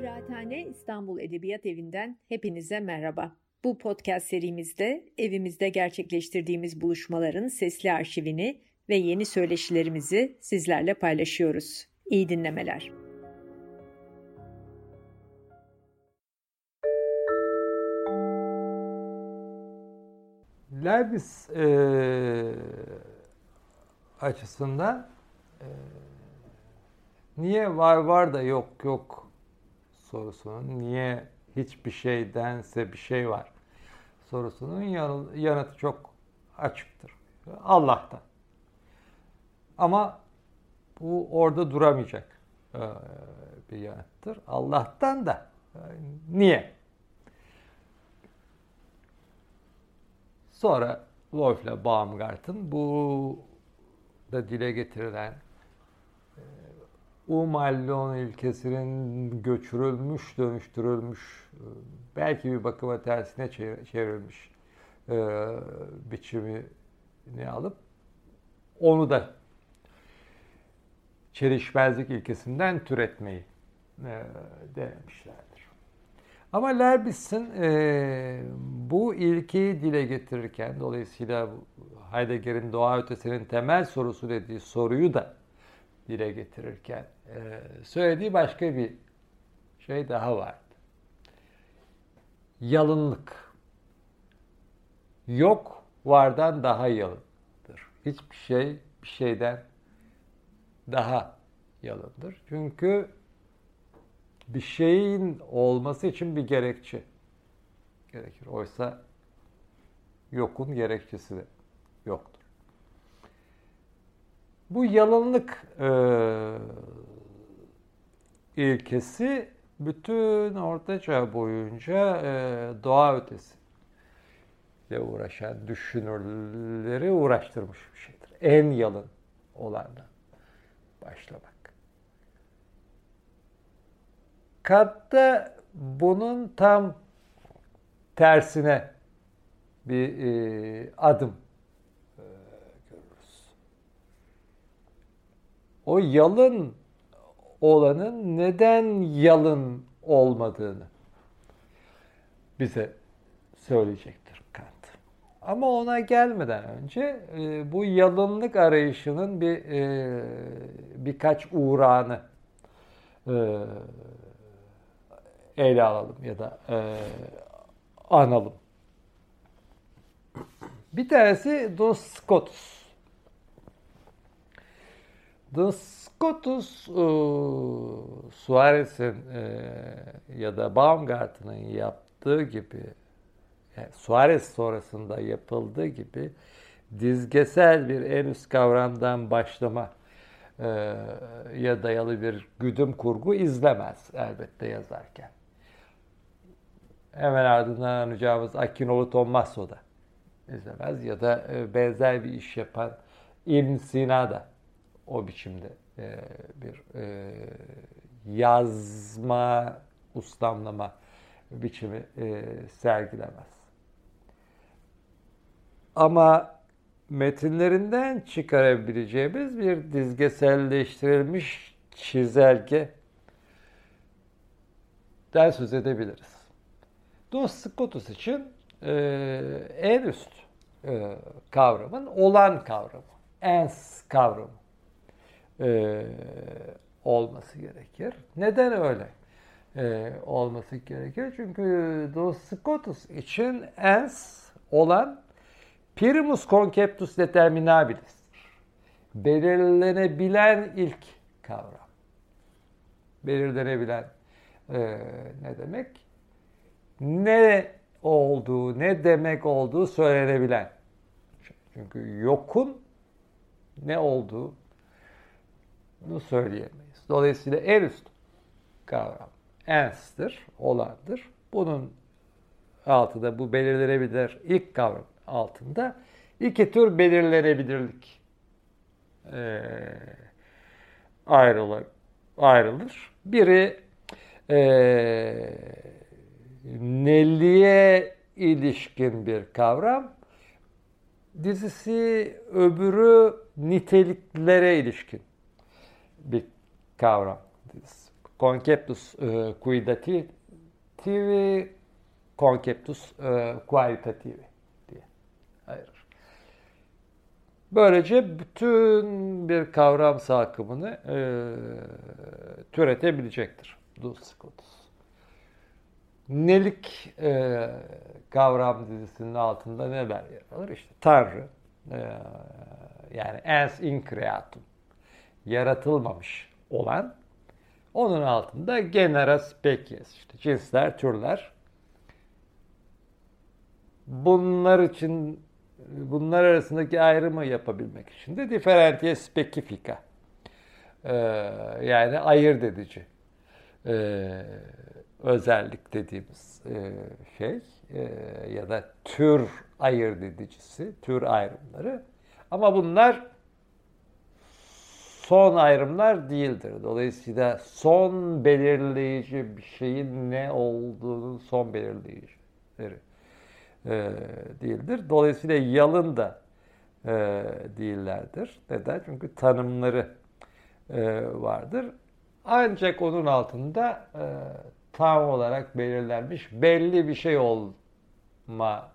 Kıraathane İstanbul Edebiyat Evi'nden hepinize merhaba. Bu podcast serimizde evimizde gerçekleştirdiğimiz buluşmaların sesli arşivini ve yeni söyleşilerimizi sizlerle paylaşıyoruz. İyi dinlemeler. Leibniz açısından niye var da yok sorusunun, niye hiçbir şeydense bir şey var sorusunun yanıtı çok açıktır. Allah'tan. Ama bu orada duramayacak bir yanıttır. Allah'tan da niye? Sonra Wolff ile Baumgarten bu da dile getirilen Umallon ilkesinin göçürülmüş, dönüştürülmüş, belki bir bakıma tersine çevrilmiş biçimini alıp onu da çelişmezlik ilkesinden türetmeyi denemişlerdir. Ama Leibniz'in bu ilkeyi dile getirirken, dolayısıyla Heidegger'in doğa ötesinin temel sorusu dediği soruyu da dile getirirken söylediği başka bir şey daha vardı. Yalınlık. Yok vardan daha yalındır. Hiçbir şey bir şeyden daha yalındır. Çünkü bir şeyin olması için bir gerekçe gerekir. Oysa yokun gerekçesi de yoktur. Bu yalınlık ilkesi bütün Orta Çağ boyunca doğa ötesi ile uğraşan düşünürleri uğraştırmış bir şeydir. En yalın olandan başlamak. Kant'ta bunun tam tersine bir adım görürüz. O yalın olanın neden yalın olmadığını bize söyleyecektir Kant. Ama ona gelmeden önce bu yalınlık arayışının birkaç uğrağını ele alalım ya da analım. Bir tanesi Duns Scotus. Duns Scotus, Suarez'in ya da Baumgarten'ın yaptığı gibi, yani Suarez sonrasında yapıldığı gibi dizgesel bir en üst kavramdan başlama ya dayalı bir güdüm kurgu izlemez elbette yazarken. Hemen ardından anacağımız Akinoğlu Tommaso da izlemez ya da benzer bir iş yapan İbn Sina da o biçimde bir yazma, ustamlama biçimi sergilemez. Ama metinlerinden çıkarabileceğimiz bir dizgeselleştirilmiş çizelgeden söz edebiliriz. Duns Scotus için en üst kavramın olan kavramı, ens kavramı olması gerekir. Neden öyle olması gerekir? Çünkü Duns Scotus için ens olan primus conceptus determinabilis'tir. Belirlenebilen ilk kavram. Belirlenebilen ne demek? Ne olduğu, ne demek olduğu söylenebilen. Çünkü yokun ne olduğunu söyleyemeyiz. Dolayısıyla en üst kavram ens'tir, olandır. Bunun altında bu belirlenebilir ilk kavram altında iki tür belirlenebilirlik ayrılır. Biri nelliğe ilişkin bir kavram, dizisi öbürü niteliklere ilişkin bir kavram dizisi. conceptus qualitativi, conceptus qualitativi diye ayırır. Böylece bütün bir kavramsal akımını türetebilecektir Duns Scotus. Nelik kavram dizisinin altında neler yer alır? İşte Tanrı, yani ens in creatum, yaratılmamış olan, onun altında genera species, işte cinsler, türler. Bunlar arasındaki ayrımı yapabilmek için de differentia specifica, yani ayırt edici özellik dediğimiz şey ya da tür ayırt edicisi, tür ayrımları. Ama bunlar son ayrımlar değildir. Dolayısıyla son belirleyici bir şeyin ne olduğunu son belirleyicileri değildir. Dolayısıyla yalın da değillerdir. Neden? Çünkü tanımları vardır. Ancak onun altında tam olarak belirlenmiş belli bir şey olma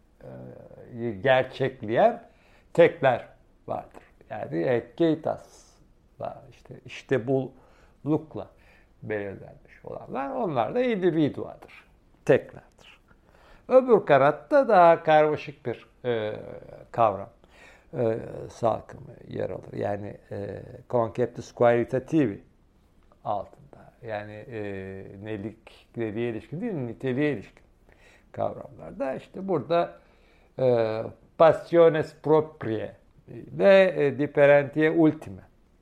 gerçekleyen tekler vardır. Yani ekeitas'la, işte bullukla belirlenmiş olanlar, onlar da individuadır, teklerdir. Öbür kanatta daha karmaşık bir kavram salkımı yer alır. Yani conceptus qualitativi altında. Yani neliğe ilişkin değil, niteliğe ilişkin kavramlarda. İşte burada passiones proprie ve differentia ultime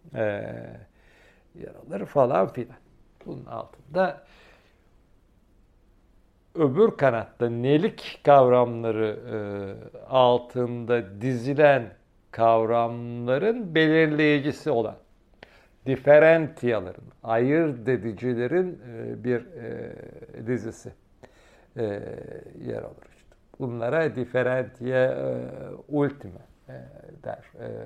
yer alır falan filan. Bunun altında öbür kanatta nelik kavramları altında dizilen kavramların belirleyicisi olan differentiaların, ayırt edicilerin bir dizisi yer alır. İşte. Bunlara differentia ultime der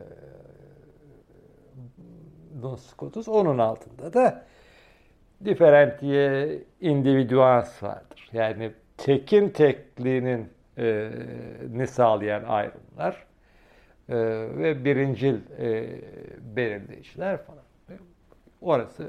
Duns Scotus. Onun altında da differentia individuans vardır. Yani tekin tekliğinin ni sağlayan ayrımlar ve birincil belirleyiciler falan. Orası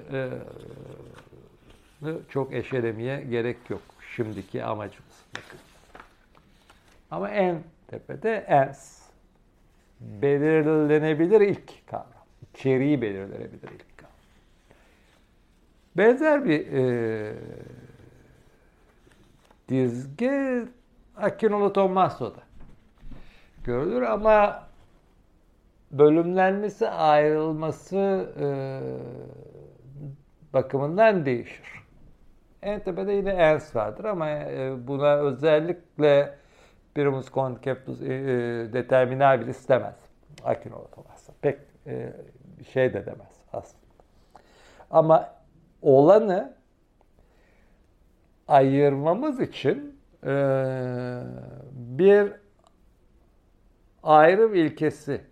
çok eşelemeye gerek yok. Şimdiki amacımız. Bakın. Ama en tepede ens. Belirlenebilir ilk kavram. İçeriği belirlenebilir ilk kavram. Benzer bir dizge Akinolu Tommaso'da görülür ama bölümlenmesi, ayrılması bakımından değişir. En tepede yine ens vardır ama buna özellikle primus conceptus determinabilis demez Akinolu Tommaso. Pek şey de demez aslında. Ama olanı ayırmamız için bir ayrım ilkesi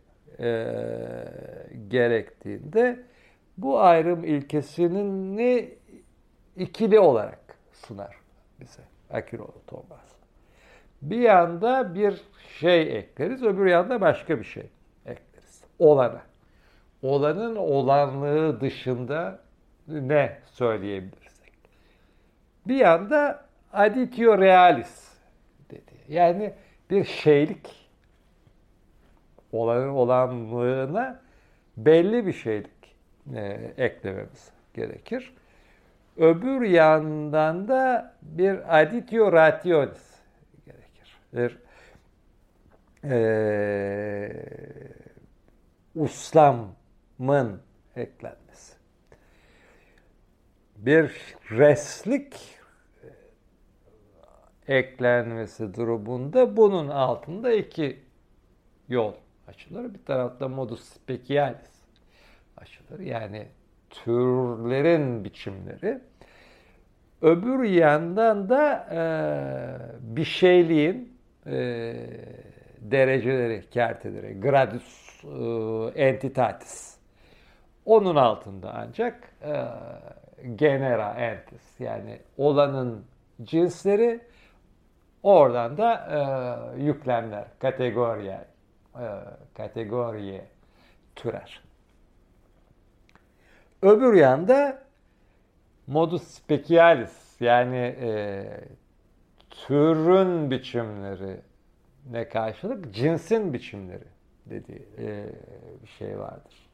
gerektiğinde bu ayrım ilkesini ikili olarak sunar bize Akinolu Tommaso. Bir yanda bir şey ekleriz, öbür yanda başka bir şey ekleriz. Olana. Olanın olanlığı dışında ne söyleyebilirsek. Bir yanda additio realis dedi. Yani bir şeylik, olanın olanlığına belli bir şeylik eklememiz gerekir. Öbür yandan da bir additio rationis gerekir. Bir uslamın eklenmesi. Bir reslik eklenmesi durumunda bunun altında iki yol açılır. Bir tarafta modus specialis açılır. Yani türlerin biçimleri. Öbür yandan da bir şeyliğin dereceleri, kerteleri, gradus entitatis Onun altında ancak genera entis, yani olanın cinsleri, oradan da yüklemler, kategoriye türer. Öbür yanda modus specialis, yani türün biçimleri ne karşılık, cinsin biçimleri dediği bir şey vardır.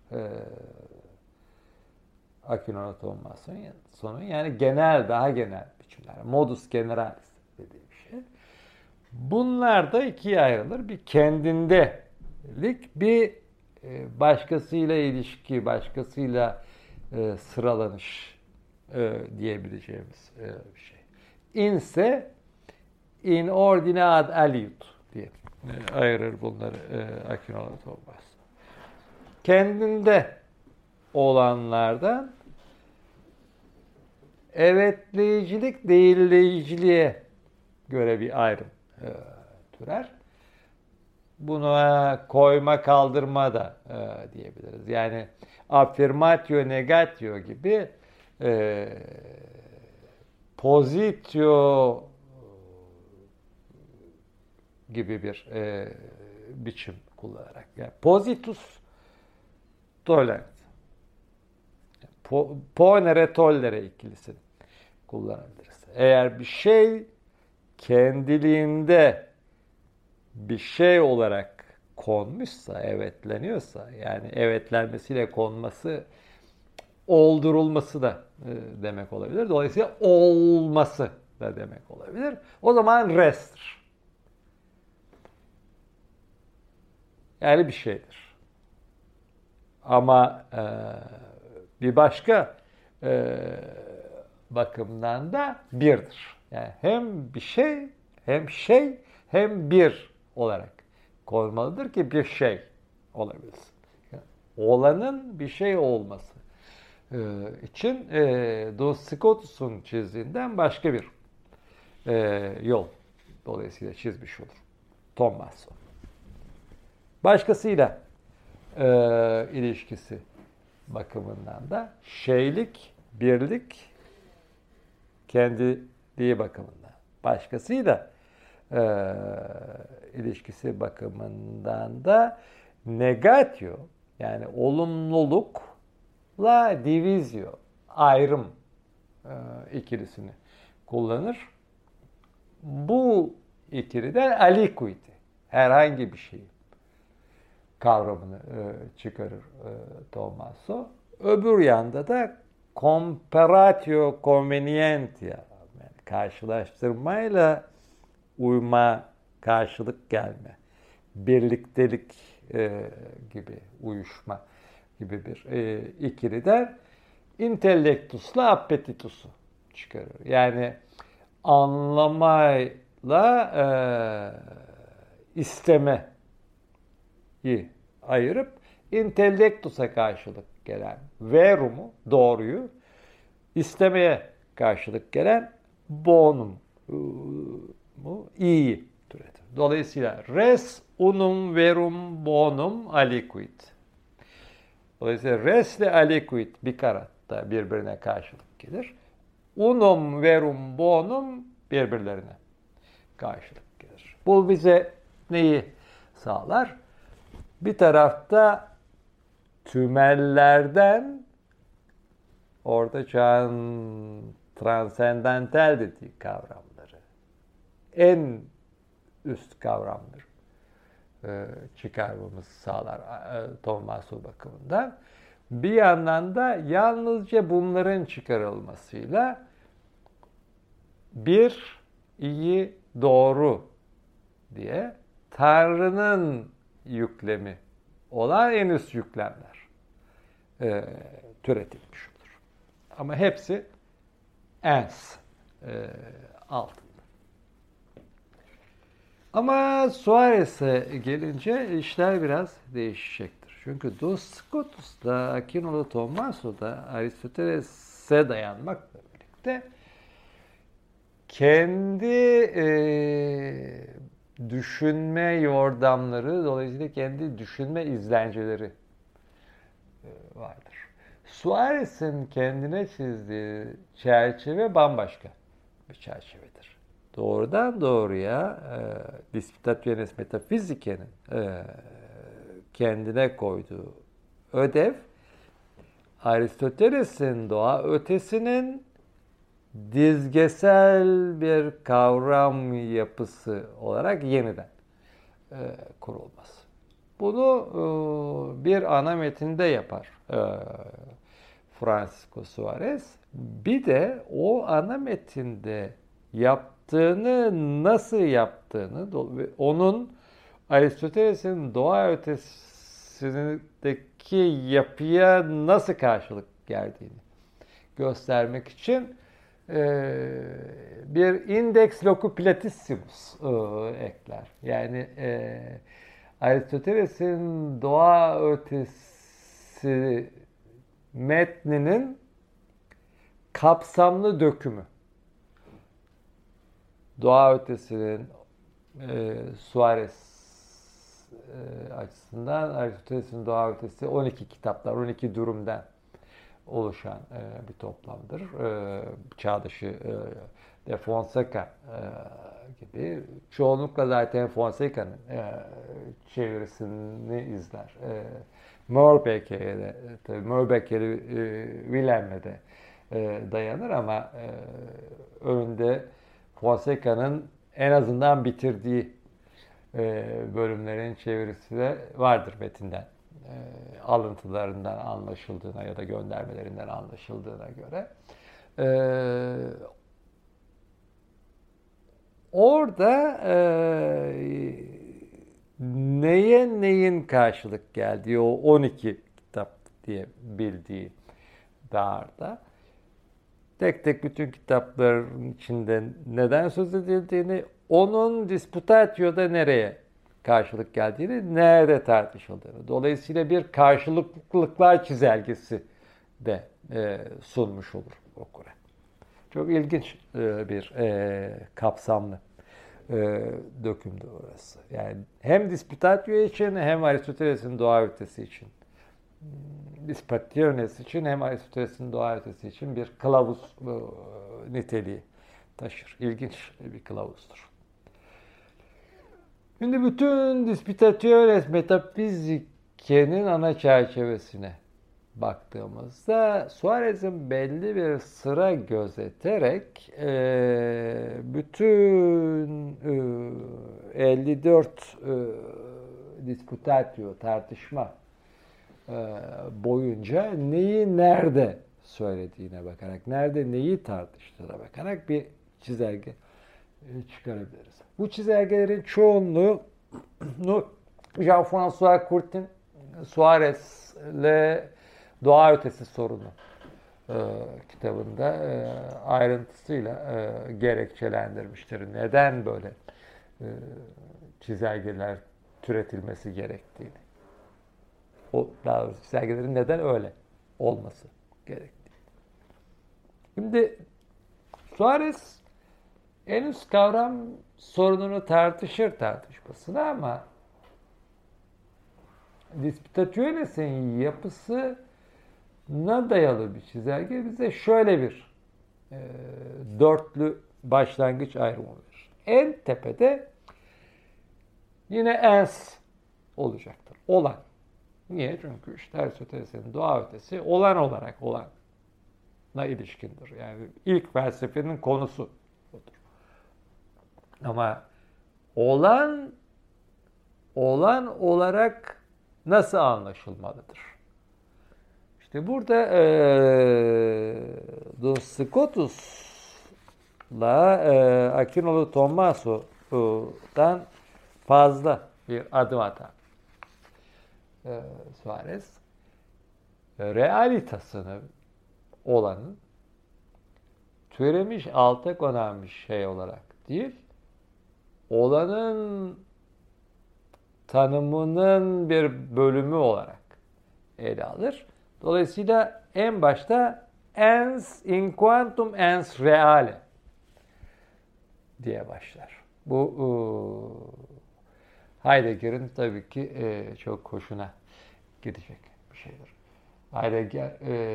Aquinas Thomas'ın yani genel, daha genel biçimler. Modus generalis dediği bir şey. Bunlar da ikiye ayrılır. Bir kendindelik, bir başkasıyla ilişki, başkasıyla sıralanış diyebileceğimiz bir şey. İnse in ordine ad aliud diye ayırır bunları Aquinas Thomas. Kendinde olanlardan evetleyicilik, değilleyiciliğe göre bir ayrım türer. Buna koyma kaldırma da diyebiliriz. Yani affirmatio negatio gibi positio gibi bir biçim kullanarak. Yani positus tolerant. Ponere tollere ikilisini kullanabiliriz. Eğer bir şey kendiliğinde bir şey olarak konmuşsa, evetleniyorsa, yani evetlenmesiyle konması, oldurulması da demek olabilir. Dolayısıyla olması da demek olabilir. O zaman res'tir. Yani bir şeydir. Ama bir başka bakımdan da birdir. Yani hem bir şey, hem şey, hem bir olarak konmalıdır ki bir şey olabilsin. Yani olanın bir şey olması için Dos Scotus'un çizdiğinden başka bir yol dolayısıyla çizmiş olur Tommaso. Başkasıyla ilişkisi bakımından da şeylik, birlik, kendiliği bakımından. Başkasıyla ilişkisi bakımından da negatio, yani olumlulukla divizio, ayrım ikilisini kullanır. Bu ikiliden aliquid, herhangi bir şeyi kavramını çıkarır Tommaso. Öbür yanda da comparatio convenientia, yani karşılaştırmayla uyma, karşılık gelme, birliktelik gibi, uyuşma gibi bir ikiliden intellectusla appetitusu çıkarır. Yani anlamayla istemeyi ayırıp intellectus'a karşılık gelen verum'u, doğruyu, istemeye karşılık gelen bonum'u, iyiyi türetir. Dolayısıyla res unum verum bonum aliquid. Dolayısıyla res ile aliquid bir karatta birbirine karşılık gelir. Unum verum bonum birbirlerine karşılık gelir. Bu bize neyi sağlar? Bir tarafta tümellerden, orta çağın transendental dediği kavramları, en üst kavramdır çıkarmamızı sağlar Tommaso bakımından. Bir yandan da yalnızca bunların çıkarılmasıyla bir, iyi, doğru diye Tanrı'nın yüklemi olan en üst yüklemler türetilmiş olur. Ama hepsi ens altında. Ama Suarez'e gelince işler biraz değişecektir. Çünkü Dos Scotus'da, Aquinolu Tommaso'da Aristoteles'e dayanmakla birlikte kendi düşünme yordamları, dolayısıyla kendi düşünme izlenceleri vardır. Suarez'in kendine çizdiği çerçeve bambaşka bir çerçevedir. Doğrudan doğruya Disputationes Metaphysica'nın kendine koyduğu ödev, Aristoteles'in doğa ötesinin dizgesel bir kavram yapısı olarak yeniden kurulması. Bunu bir ana metinde yapar Francisco Suarez. Bir de o ana metinde yaptığını, nasıl yaptığını, onun Aristoteles'in doğa ötesindeki yapıya nasıl karşılık geldiğini göstermek için bir index locuplatissimus ekler. Yani Aristoteles'in doğa ötesi metninin kapsamlı dökümü. Doğa ötesinin Suarez açısından Aristoteles'in doğa ötesi 12 kitaplar, 12 durumdan oluşan bir toplamdır. Çağdaşı de Fonseca gibi. Çoğunlukla zaten Fonseca'nın çevirisini izler. Moerbecke'ye de, tabii Moerbecke'li Wilhelm'e de dayanır ama önünde Fonseca'nın en azından bitirdiği bölümlerin çevirisi de vardır metinden. Alıntılarından anlaşıldığına ya da göndermelerinden anlaşıldığına göre. Orada neye neyin karşılık geldiği, o 12 kitap diye bildiği dağarda tek tek bütün kitapların içinde neden söz edildiğini, onun Disputatio'da nereye karşılık geldiğini, nerede tartışıldığını. Dolayısıyla bir karşılıklılıklar çizelgesi de sunmuş olur okura. Çok ilginç bir kapsamlı dökümdür orası. Yani hem Disputatio için hem Aristoteles'in doğa ötesi için. Disputiones için hem Aristoteles'in doğa ötesi için bir kılavuz niteliği taşır. İlginç bir kılavuzdur. Şimdi bütün Disputationes Metaphysica'nın ana çerçevesine baktığımızda Suarez'in belli bir sıra gözeterek bütün 54 disputatio tartışma boyunca neyi nerede söylediğine bakarak, nerede neyi tartıştığına bakarak bir çizelge çıkarabiliriz. Bu çizelgelerin çoğunluğu Jean-François Court'in Suarez'le doğa ötesi sorunu kitabında ayrıntısıyla gerekçelendirmiştir. Neden böyle çizelgeler türetilmesi gerektiğini. Daha doğrusu çizelgelerin neden öyle olması gerektiğini. Şimdi Suarez en üst kavram sorununu tartışmasına ama Disputationes'in yapısına dayalı bir çizelge bize şöyle bir dörtlü başlangıç ayrımı verir. En tepede yine ens olacaktır. Olan. Niye? Çünkü işte Aristoteles'in doğa ötesi olan olarak olanla ilişkindir. Yani ilk felsefenin konusu budur. Ama olan olarak nasıl anlaşılmalıdır? İşte burada Duns Scotus'la Aquinolu Tommaso'dan fazla bir adım atar. Suarez realitasını, olanın türemiş, alta konan bir şey olarak değil, olanın tanımının bir bölümü olarak ele alır. Dolayısıyla en başta ens in quantum ens reale diye başlar. Bu Heidegger'in tabii ki çok hoşuna gidecek bir şeydir. Heidegger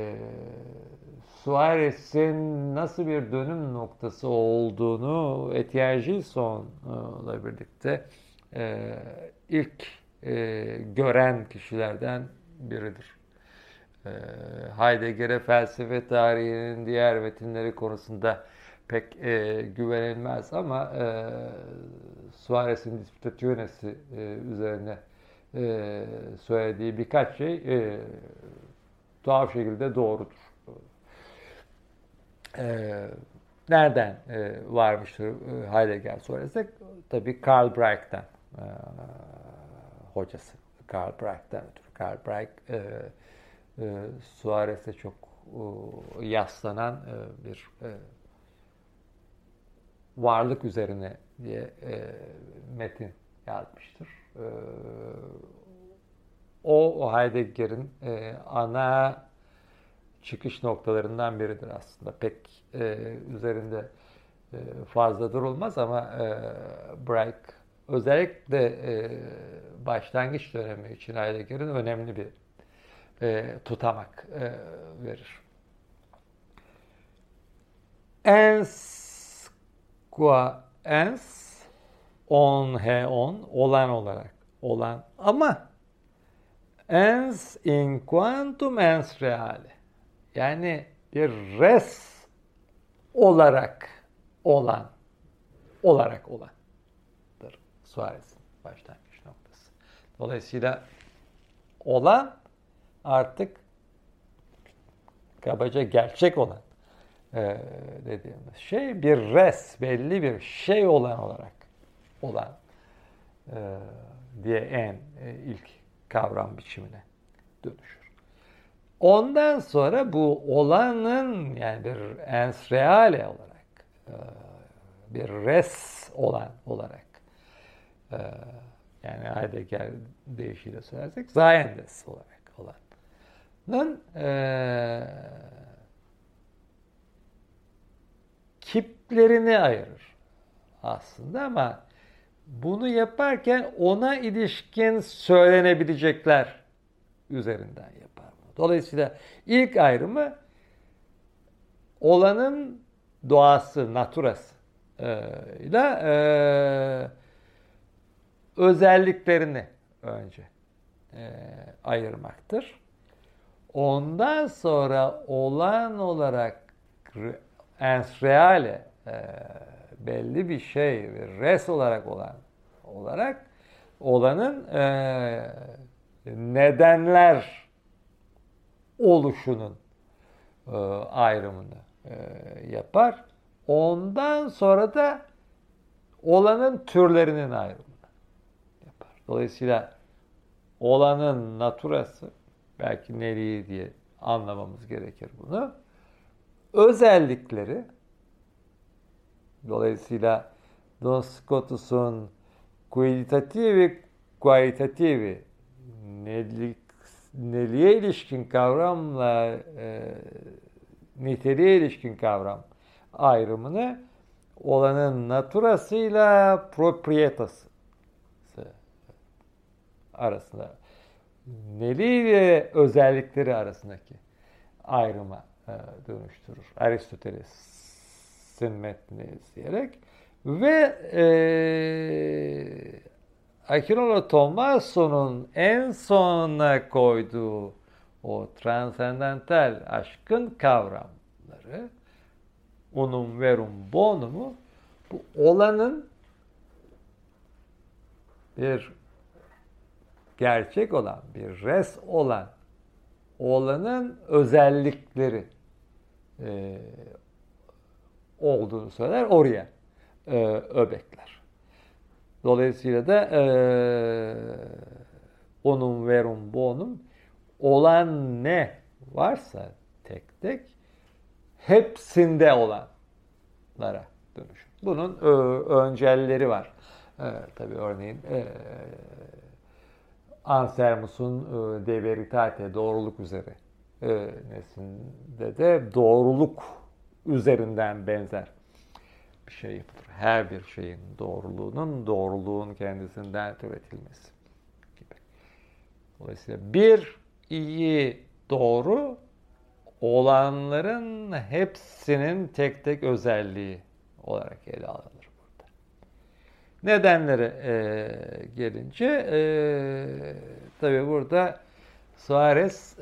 Suarez'in nasıl bir dönüm noktası olduğunu Etienne Gilson'la birlikte ilk gören kişilerden biridir. Heidegger'e felsefe tarihinin diğer metinleri konusunda pek güvenilmez ama Suarez'in Disputationes'i üzerine söylediği birkaç şey tuhaf şekilde doğrudur. Nereden varmıştır Heidegger Suarez'e? Tabii Karl Brache'den hocası. Karl Brache'den ötürü. Karl Brache Suarez'e çok yaslanan bir varlık üzerine diye metin yazmıştır. O Heidegger'in ana çıkış noktalarından biridir aslında. Pek üzerinde fazla durulmaz ama Brache özellikle başlangıç dönemi için Heidegger'in önemli bir tutamak verir. Ens qua ens, on he on, olan olarak, olan ama ens in quantum ens reale. Yani bir res olarak olan, olandır Suarez'in başlangıç noktası. Dolayısıyla olan artık kabaca gerçek olan dediğimiz şey bir res, belli bir şey olarak olan diye ilk kavram biçimine dönüşür. Ondan sonra bu olanın yani bir ens reale olarak bir res olan olarak yani Heidegger deyişiyle söylersek Sein des olarak olanın kiplerini ayırır aslında ama bunu yaparken ona ilişkin söylenebilecekler üzerinden yapar. Dolayısıyla ilk ayrımı olanın doğası, naturası ile özelliklerini önce ayırmaktır. Ondan sonra olan olarak ens reale belli bir şey, bir res olarak olanın nedenler oluşunun ayrımını yapar. Ondan sonra da olanın türlerinin ayrımını yapar. Dolayısıyla olanın naturası, belki neliği diye anlamamız gerekir bunu. Özellikleri, dolayısıyla Don Scotus'un qualitativi, qualitativi, neliğe ilişkin kavramla niteliğe ilişkin kavram ayrımını olanın naturasıyla proprietası arasında, neliği ve özellikleri arasındaki ayrıma dönüştürür. Aristoteles'in metnini izleyerek ve Achille Tommaso'nun en sonuna koyduğu o transendental aşkın kavramları, unum verum bonum'u, bu olanın bir gerçek olan, bir res olan olanın özellikleri olduğunu söyler, oraya öbekler. Dolayısıyla da unum verum bonum, olan ne varsa tek tek hepsinde olanlara dönüşür. Bunun öncelleri var. Tabii örneğin Anselmus'un De Veritate, doğruluk üzere nesinde de doğruluk üzerinden benzer bir şey yapılır. Her bir şeyin doğruluğun kendisinden türetilmesi gibi. Dolayısıyla bir iyi doğru olanların hepsinin tek tek özelliği olarak ele alınır burada. Nedenlere gelince tabii burada Suarez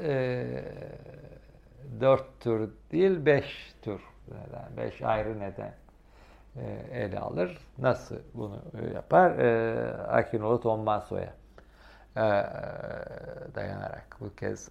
4 tür değil 5 tür neden, 5 ayrı neden ele alır. Nasıl bunu yapar? Akinoğlu Tommaso'ya dayanarak bu kez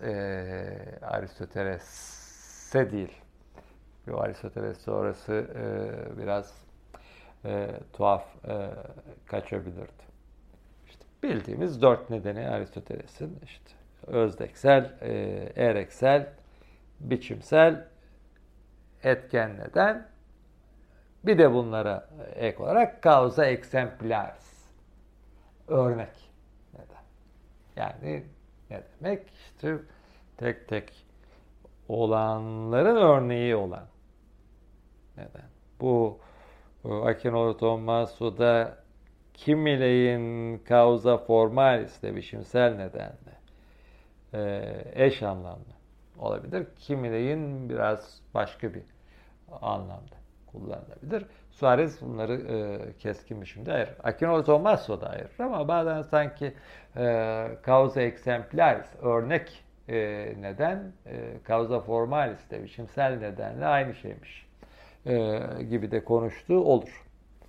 Aristoteles'e değil. Bu Aristoteles sonrası biraz tuhaf kaçabilirdi. İşte bildiğimiz 4 nedeni Aristoteles'in işte özdeksel, ereksel, biçimsel, etken neden. Bir de bunlara ek olarak causa exemplaris, örnek neden. Yani ne demek? İşte tek tek olanların örneği olan neden. Bu Akinoğlu Tommaso'da kimileyin causa formalis de biçimsel nedenle eş anlamlı olabilir. Kimileyin biraz başka bir anlamda kullanılabilir. Suarez bunları keskin biçimde ayırır. Akinoğlu Tommaso da ayırır ama bazen sanki causa exemplaris, örnek neden, causa formalis de biçimsel nedenle aynı şeymiş gibi de konuştuğu olur.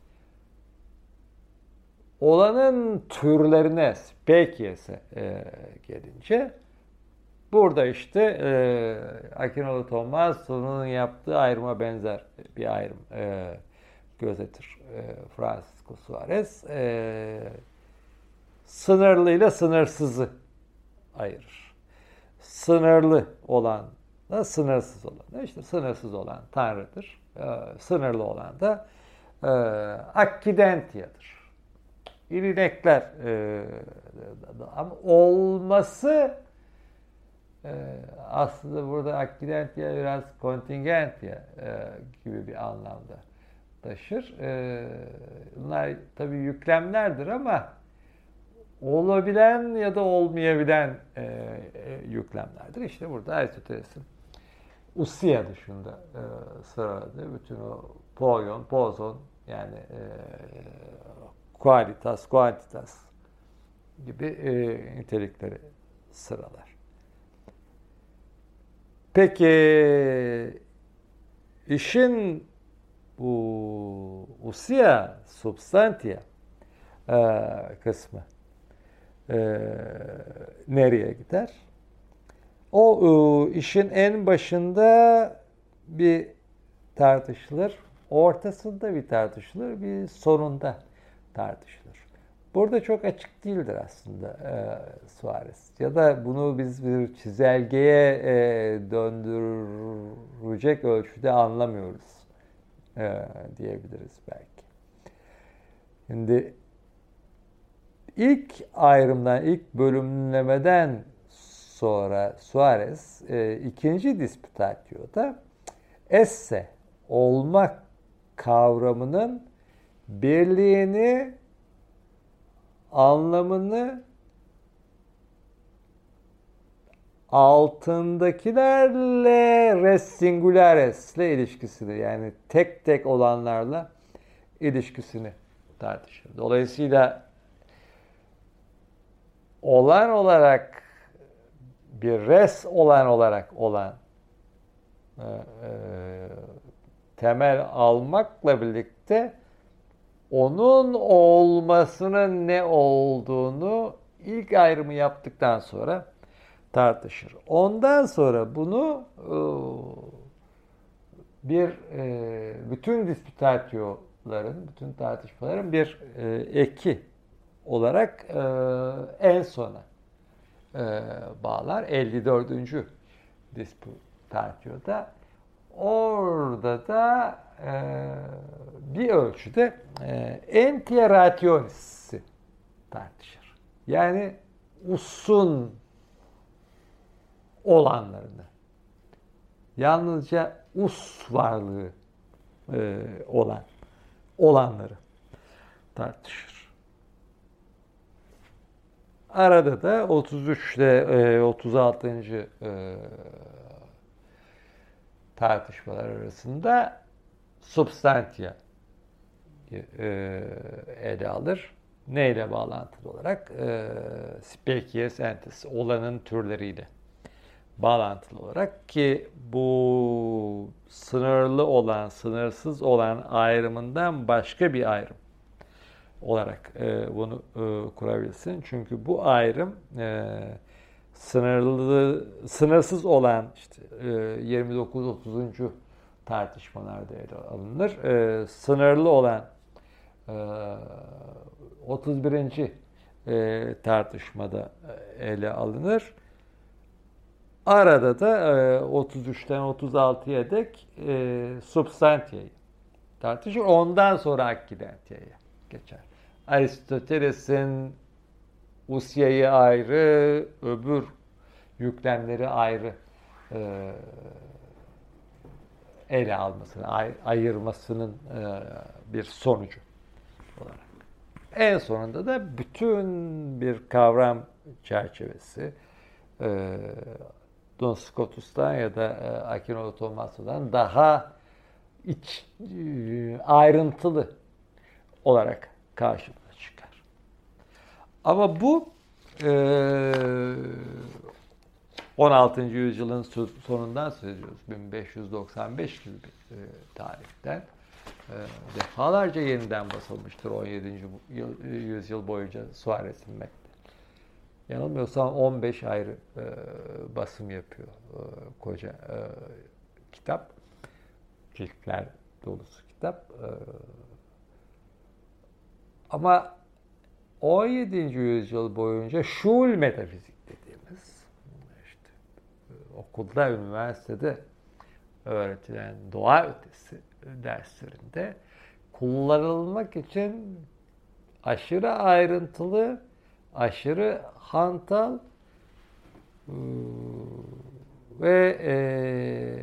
Olanın türlerine, species'e gelince burada işte Akinoğlu Tommaso'nun yaptığı ayrıma benzer bir ayrım gözetir Francisco Suarez. Sınırlı ile sınırsızı ayırır. Sınırlı olanla sınırsız olan. İşte sınırsız olan Tanrı'dır. Sınırlı olan da accidentia'dır. İrinekler ama olması aslında burada accidentia biraz contingentia gibi bir anlamda taşır. Bunlar tabii yüklemlerdir ama olabilen ya da olmayabilen yüklemlerdir. İşte burada Aristoteles'in ousia dışında sıraladığı bütün o poion, poson yani qualitas, quantitas gibi nitelikleri sıralar. Peki işin bu ousia substantia kısmı nereye gider? O işin en başında bir tartışılır, ortasında bir tartışılır, bir sonunda tartışılır. Burada çok açık değildir aslında Suarez. Ya da bunu biz bir çizelgeye döndürecek ölçüde anlamıyoruz diyebiliriz belki. Şimdi ilk ayrımdan, ilk bölümlemeden sonra Suarez ikinci disputatio'da esse, olmak kavramının birliğini, anlamını altındakilerle res singulares'le ilişkisini, yani tek tek olanlarla ilişkisini tartışır. Dolayısıyla olan olarak bir res olarak olan temel almakla birlikte onun olmasının ne olduğunu ilk ayrımı yaptıktan sonra tartışır. Ondan sonra bunu bir bütün disputatio'ların, bütün tartışmaların bir eki olarak en sona bağlar. 54. disputatio'da. Orada da bir ölçüde entia rationis'i tartışır. Yani usun olanlarını, yalnızca us varlığı olanları tartışır. Arada da 33 ile 36. Tartışmalar arasında substantia ele alır. Neyle bağlantılı olarak? Species entes, olanın türleriyle bağlantılı olarak, ki bu sınırlı olan, sınırsız olan ayrımından başka bir ayrım olarak bunu kurabilirsin. Çünkü bu ayrım sınırsız olan işte 29-30. tartışmalarda ele alınır. Sınırlı olan 31. Tartışmada ele alınır. Arada da 33'ten 36'ya dek substantiayı tartışır. Ondan sonra akcidentiyaya geçer. Aristoteles'in usyayı ayrı, öbür yüklemleri ayrı ele almasını, ayırmasının bir sonucu olarak. En sonunda da bütün bir kavram çerçevesi Duns Scotus'tan ya da Aquino Tommaso'dan daha ayrıntılı olarak karşımıza çıkar. Ama bu 16. yüzyılın sonundan söz ediyoruz. 1595 gibi bir tarihten. Defalarca yeniden basılmıştır 17. yüzyıl boyunca Suarez'in metni. Yanılmıyorsam 15 ayrı basım yapıyor koca kitap. Ciltler dolusu kitap. Ama 17. yüzyıl boyunca şuul metafizik dediğimiz, işte okulda, üniversitede öğretilen doğa ötesi derslerinde kullanılmak için aşırı ayrıntılı, aşırı hantal ve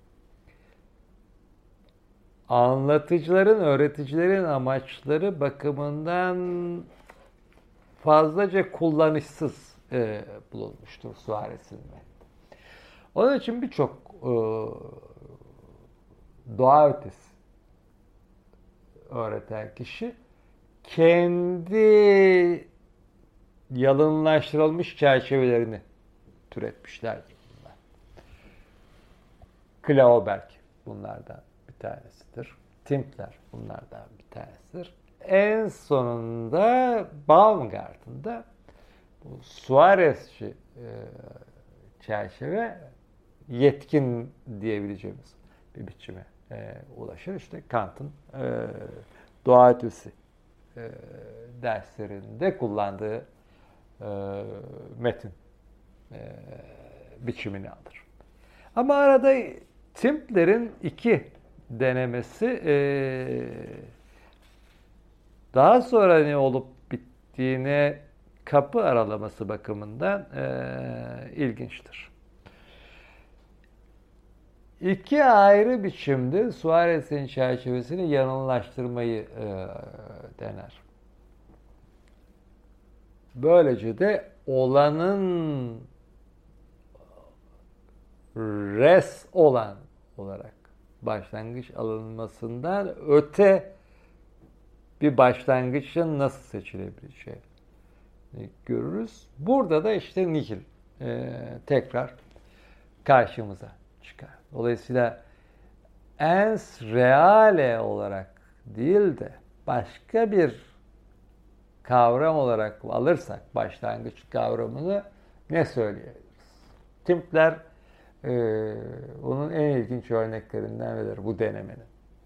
anlatıcıların, öğreticilerin amaçları bakımından fazlaca kullanışsız bulunmuştur Suarez'in metni. Onun için birçok doğa ötesi öğreten kişi kendi yalınlaştırılmış çerçevelerini türetmişlerdir bunlar. Klauberg bunlardan bir tanesidir. Timpler bunlardan bir tanesidir. En sonunda Baumgarten'da bu Suarezci çerçeve yetkin diyebileceğimiz bir biçime ulaşır. İşte Kant'ın doğa ötesi derslerinde kullandığı metin biçimini alır. Ama arada Timpler'in iki denemesi daha sonra ne olup bittiğine kapı aralaması bakımından ilginçtir. İki ayrı biçimde Suarez'in çerçevesini yanıllaştırmayı dener. Böylece de olanın res olan olarak başlangıç alınmasından öte bir başlangıçın nasıl seçilebileceğini görürüz. Burada da işte nihil tekrar karşımıza çıkar. Dolayısıyla ens reale olarak değil de başka bir kavram olarak alırsak başlangıç kavramını ne söyleyebiliriz? Timpler onun en ilginç örneklerinden biridir bu denemenin.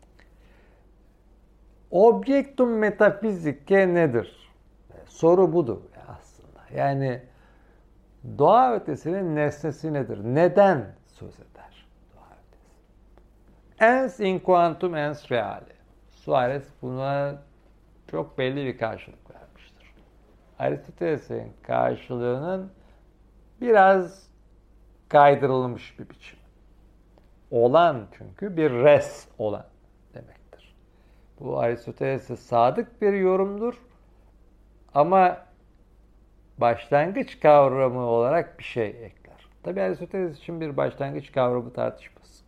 Objektum metafizike nedir? Soru budur aslında. Yani doğa ötesinin nesnesi nedir? Neden söz eder doğa ötesi? Ens in quantum ens reale. Suarez buna çok belli bir karşılık vermiştir. Aristoteles'in karşılığının biraz kaydırılmış bir biçim. Olan çünkü bir res olan demektir. Bu Aristoteles'e sadık bir yorumdur ama başlangıç kavramı olarak bir şey ekler. Tabi Aristoteles için bir başlangıç kavramı tartışması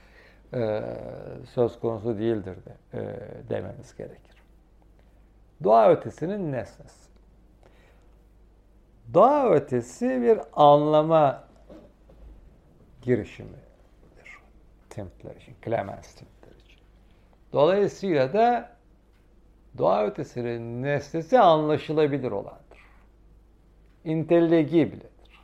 söz konusu değildir dememiz gerekir. Doğa ötesinin nesnesi. Doğa ötesi bir anlama girişimidir. Timler için, Clemens Timler için. Dolayısıyla da doğa ötesinin nesnesi anlaşılabilir olandır. Intelligible'dir.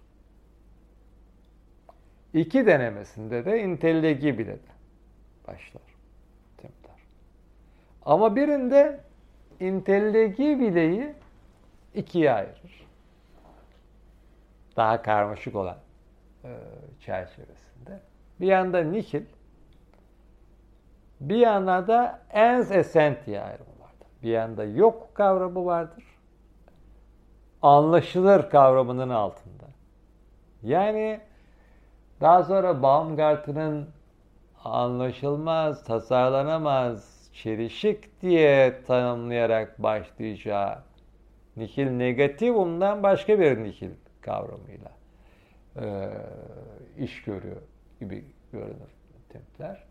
İki denemesinde de intelligible'de başlar Timler. Ama birinde intelligible'yi ikiye ayırır. Daha karmaşık olan çerçevesinde. Bir yanda nihil, bir yana da ens essentia ayrımı vardır. Bir yanda yok kavramı vardır. Anlaşılır kavramının altında. Yani daha sonra Baumgarten'ın anlaşılmaz, tasarlanamaz, çelişik diye tanımlayarak başlayacağı nihil negativum'dan başka bir nihil kavramıyla iş görüyor gibi görünür Timler.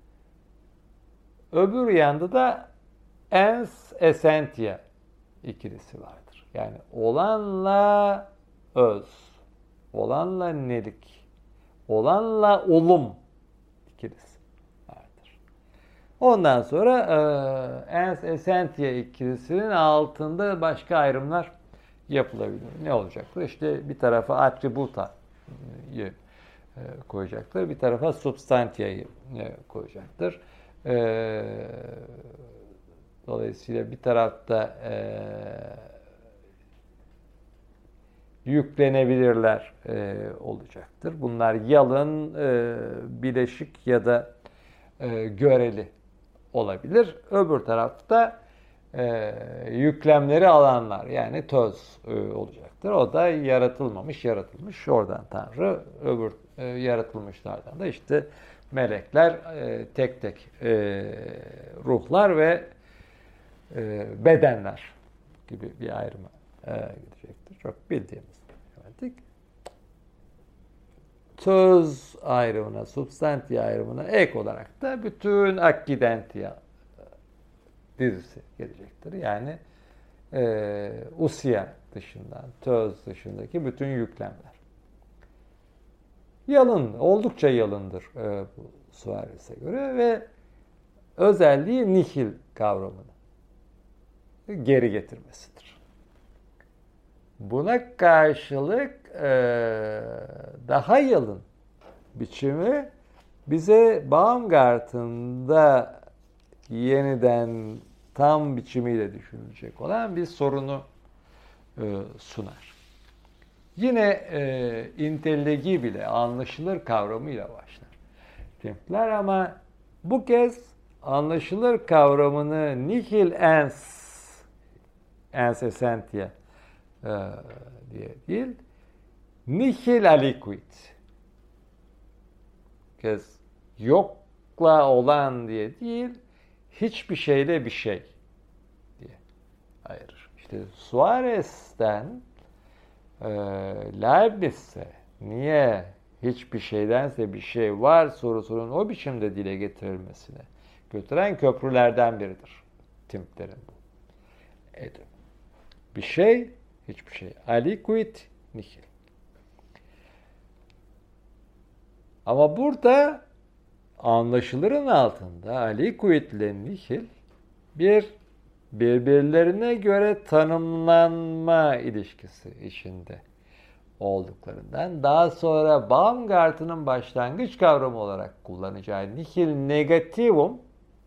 Öbür yanda da ens essentia ikilisi vardır. Yani olanla öz, olanla nelik, olanla olum ikilisi vardır. Ondan sonra ens essentia ikilisinin altında başka ayrımlar yapılabilir. Ne olacaktır? İşte bir tarafa attributa'yı koyacaktır, bir tarafa substantia'yı koyacaktır. Dolayısıyla bir tarafta yüklenebilirler olacaktır. Bunlar yalın, bileşik ya da göreli olabilir. Öbür tarafta yüklemleri alanlar, yani töz olacaktır. O da yaratılmamış, yaratılmış. Oradan Tanrı, öbür yaratılmışlardan da işte melekler, tek tek ruhlar ve bedenler gibi bir ayrıma gidecektir. Çok bildiğimiz matematik. Töz ayrımına, substantia ayrımına ek olarak da bütün accidentia dizisi gelecektir. Yani usia dışından, töz dışındaki bütün yüklemler. Yalın, oldukça yalındır bu Suarez'e göre ve özelliği nihil kavramını geri getirmesidir. Buna karşılık daha yalın biçimi bize Baumgarten'da yeniden tam biçimiyle düşünülecek olan bir sorunu sunar. Yine intelligibile, anlaşılır kavramıyla başlar Timler, ama bu kez anlaşılır kavramını nihil ens essentia diye değil, nihil aliquid. Bu kez yokla olan diye değil, hiçbir şeyle bir şey diye ayırır. İşte Suarez'den Leibniz'e niye hiçbir şeydense bir şey var sorusunun o biçimde dile getirilmesine götüren köprülerden biridir Timler'in bu. Bir şey, hiçbir şey. Aliquid, nihil. Ama burada anlaşılırın altında aliquid ile nihil birbirlerine göre tanımlanma ilişkisi içinde olduklarından, daha sonra Baumgarten'ın başlangıç kavramı olarak kullanacağı nihil negativum,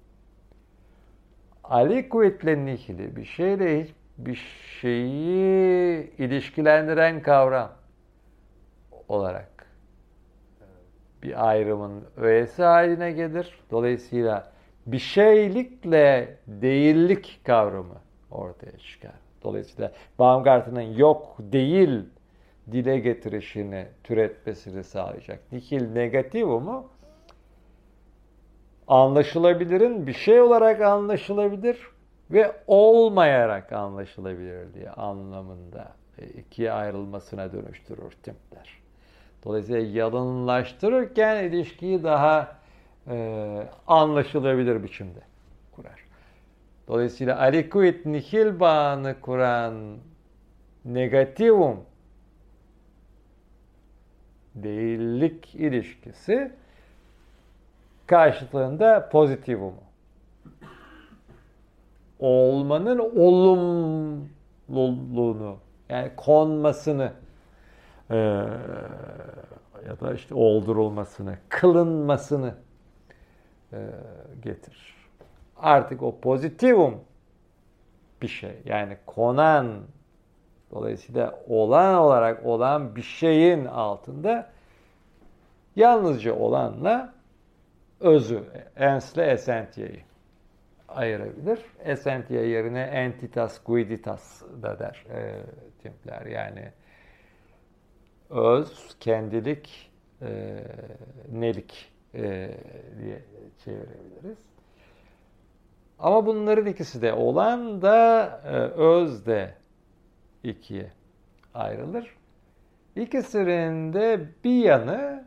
aliquid ile nihili, bir şeyle hiçbir şeyi ilişkilendiren kavram olarak bir ayrımın öğesi haline gelir. Dolayısıyla bir şeylikle değillik kavramı ortaya çıkar. Dolayısıyla Baumgarten'ın yok değil dile getirişini, türetmesini sağlayacak. Nihil negativumu anlaşılabilirin bir şey olarak anlaşılabilir ve olmayarak anlaşılabilir diye anlamında ikiye ayrılmasına dönüştürür tipler. Dolayısıyla yalınlaştırırken ilişkiyi daha anlaşılabilir biçimde kurar. Dolayısıyla aliquid nihil bağını kuran negativum değillik ilişkisi karşılığında pozitivumu. Olmanın olumluluğunu, yani konmasını ya da işte oldurulmasını, kılınmasını getirir. Artık o pozitivum bir şey, yani konan, dolayısıyla olan olarak olan bir şeyin altında yalnızca olanla özü, ens'le essentia'yı ayırabilir. Essentia yerine entitas, guiditas da der tipler. Yani öz, kendilik, nelik diye çevirebiliriz. Ama bunların ikisi de, olan da öz de ikiye ayrılır. İkisinin de bir yanı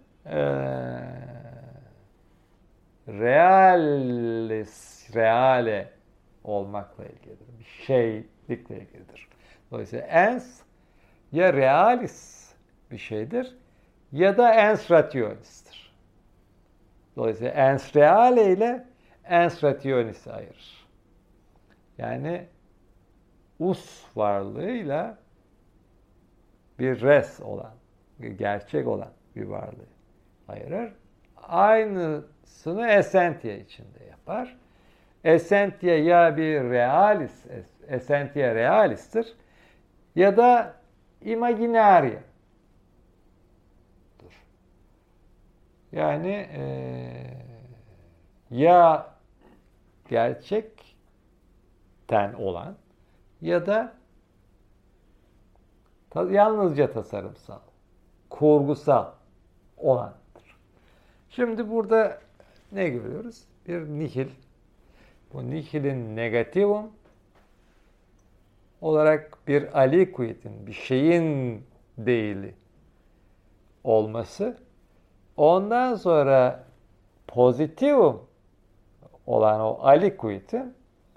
reale olmakla ilgilidir. Bir şeylikle ilgilidir. Dolayısıyla ens ya realis bir şeydir ya da ens rationis'tir. Dolayısıyla ens reale ile ens rationis'i ayırır. Yani us varlığıyla bir res olan, bir gerçek olan bir varlığı ayırır. Aynısını essentia içinde yapar. Essentia ya bir realis, essentia realistir ya da imaginaria. Yani ya gerçekten olan ya da yalnızca tasarımsal, kurgusal olandır. Şimdi burada ne görüyoruz? Bir nihil. Bu nihilin negativum olarak bir aliquid'in, bir şeyin değili olması. Ondan sonra pozitivum olan o aliquid'in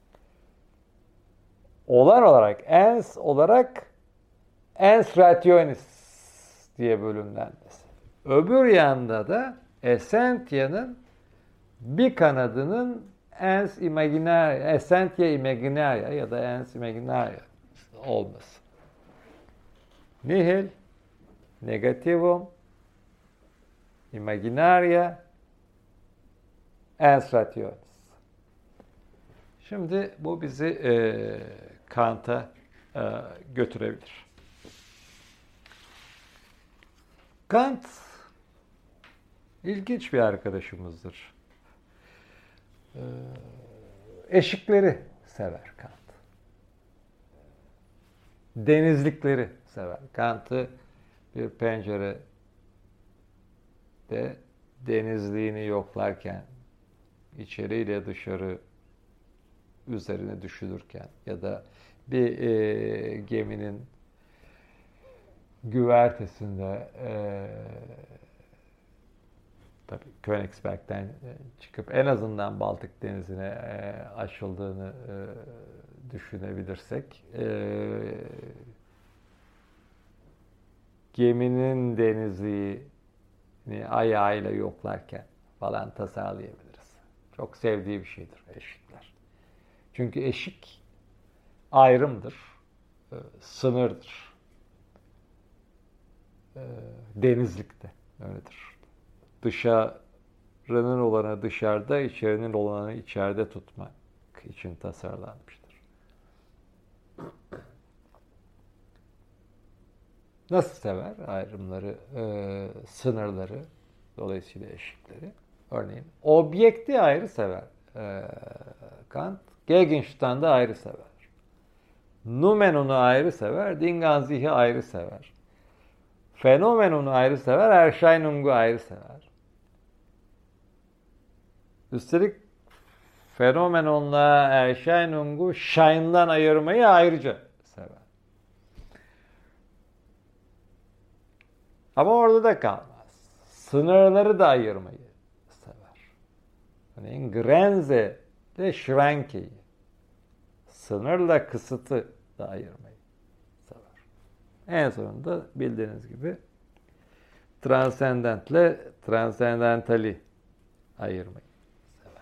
olan olarak, ens olarak ens rationis diye bölümlenmesi. Öbür yanda da essentia'nın bir kanadının ens imaginaria, essentia imaginaria ya da ens imaginaria olması. Nihil, negativum, imaginaria, ens rationis. Şimdi bu bizi Kant'a götürebilir. Kant ilginç bir arkadaşımızdır. Eşikleri sever Kant. Denizlikleri sever. Kant'ı bir pencerede denizliğini yoklarken, içeriyle dışarı üzerine düşünürken ya da bir geminin güvertesinde tabii Königsberg'den çıkıp en azından Baltık Denizi'ne aşıldığını düşünebilirsek geminin denizliğini ayağıyla yoklarken falan tasarlayabiliriz. Çok sevdiği bir şeydir eşikler. Çünkü eşik ayrımdır, sınırdır. Denizlikte öyledir. Dışarının olanı dışarıda, içerinin olanı içeride tutmak için tasarlanmıştır. Nasıl sever ayrımları, sınırları, dolayısıyla eşikleri? Örneğin objekti ayrı sever Kant, Gegenstand'ı ayrı sever. Numenon'u ayrı sever, Ding an sich'i ayrı sever. Fenomenonu ayrı sever, Erscheinung'u ayrı sever. Üstelik fenomenonla Erscheinung'u Schein'dan ayırmayı ayrıca sever. Ama orada da kalmaz. Sınırları da ayırmayı sever. Örneğin Grenze de Schranke'yi, sınırla kısıtı da ayırmayı sever. En sonunda bildiğiniz gibi transcendentle transcendentali ayırmayı sever.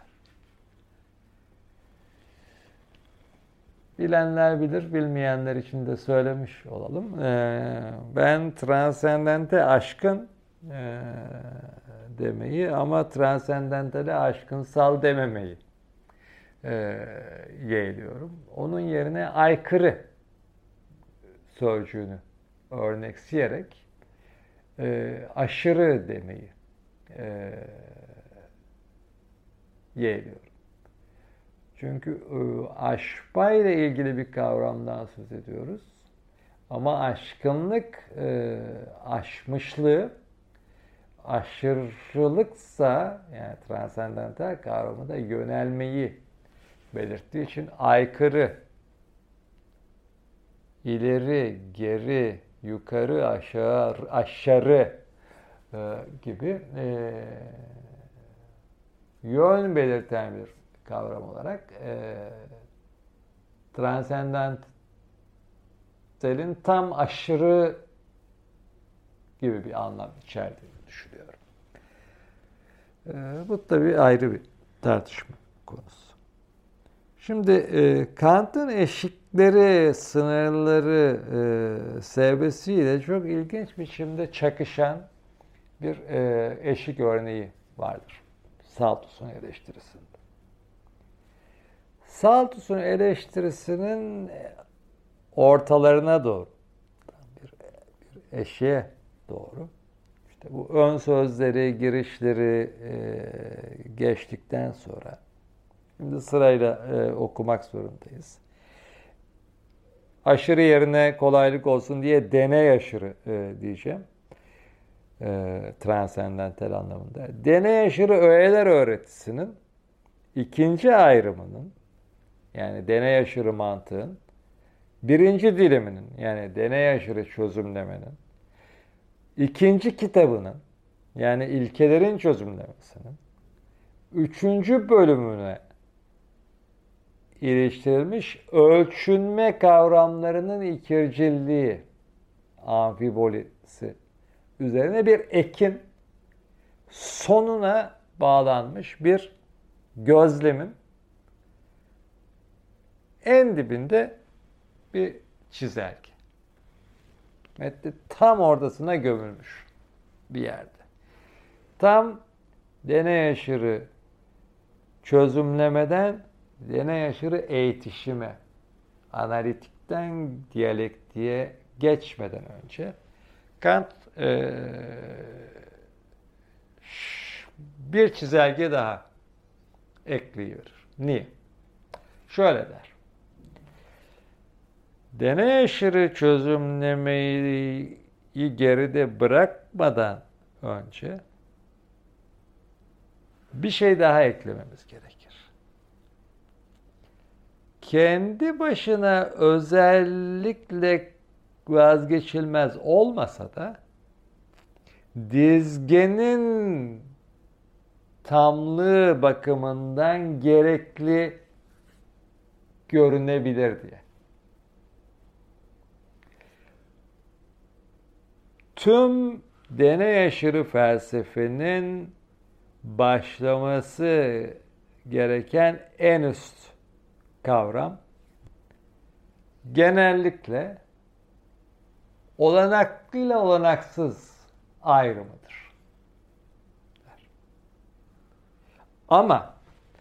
Bilenler bilir, bilmeyenler için de söylemiş olalım. Ben transcendente aşkın demeyi ama transcendentale aşkınsal dememeyi yeğliyorum. Onun yerine aykırı sözcüğünü örnekseyerek aşırı demeyi yeğliyorum. Çünkü aşpa ile ilgili bir kavramdan söz ediyoruz. Ama aşkınlık, aşmışlığı, aşırılıksa, yani transandantal kavramı da yönelmeyi belirttiği için aykırı, ileri, geri, yukarı, aşağı gibi yön belirten bir kavram olarak transandantalin tam aşırı gibi bir anlam içerdiğini düşünüyorum. Bu tabii ayrı bir tartışma konusu. Şimdi Kant'ın eşikleri, sınırları sevmesiyle çok ilginç biçimde çakışan bir eşik örneği vardır Saltus'un eleştirisinde. Saltus'un eleştirisinin ortalarına doğru, bir eşiğe doğru, işte bu ön sözleri, girişleri geçtikten sonra, şimdi sırayla okumak zorundayız. Aşırı yerine kolaylık olsun diye deney aşırı diyeceğim. Transandantal anlamında. Deney aşırı öğeler öğretisinin ikinci ayrımının, yani deney aşırı mantığın birinci diliminin, yani deney aşırı çözümlemenin ikinci kitabının, yani ilkelerin çözümlemesinin üçüncü bölümüne iliştirilmiş ölçünme kavramlarının ikircilliği, amfibolisi üzerine bir ekin sonuna bağlanmış bir gözlemin en dibinde bir çizelge. Metni tam ortasına gömülmüş bir yerde. Tam deney aşırı çözümlemeden deney aşırı eğitişime, analitikten diyalektiğe geçmeden önce Kant bir çizelge daha ekleyiverir. Niye? Şöyle der. Deney aşırı çözümlemeyi geride bırakmadan önce bir şey daha eklememiz gerekir. Kendi başına özellikle vazgeçilmez olmasa da dizgenin tamlığı bakımından gerekli görünebilir diye. Tüm deney aşırı felsefenin başlaması gereken en üst kavram genellikle olanaklı ile olanaksız ayrımıdır. Ama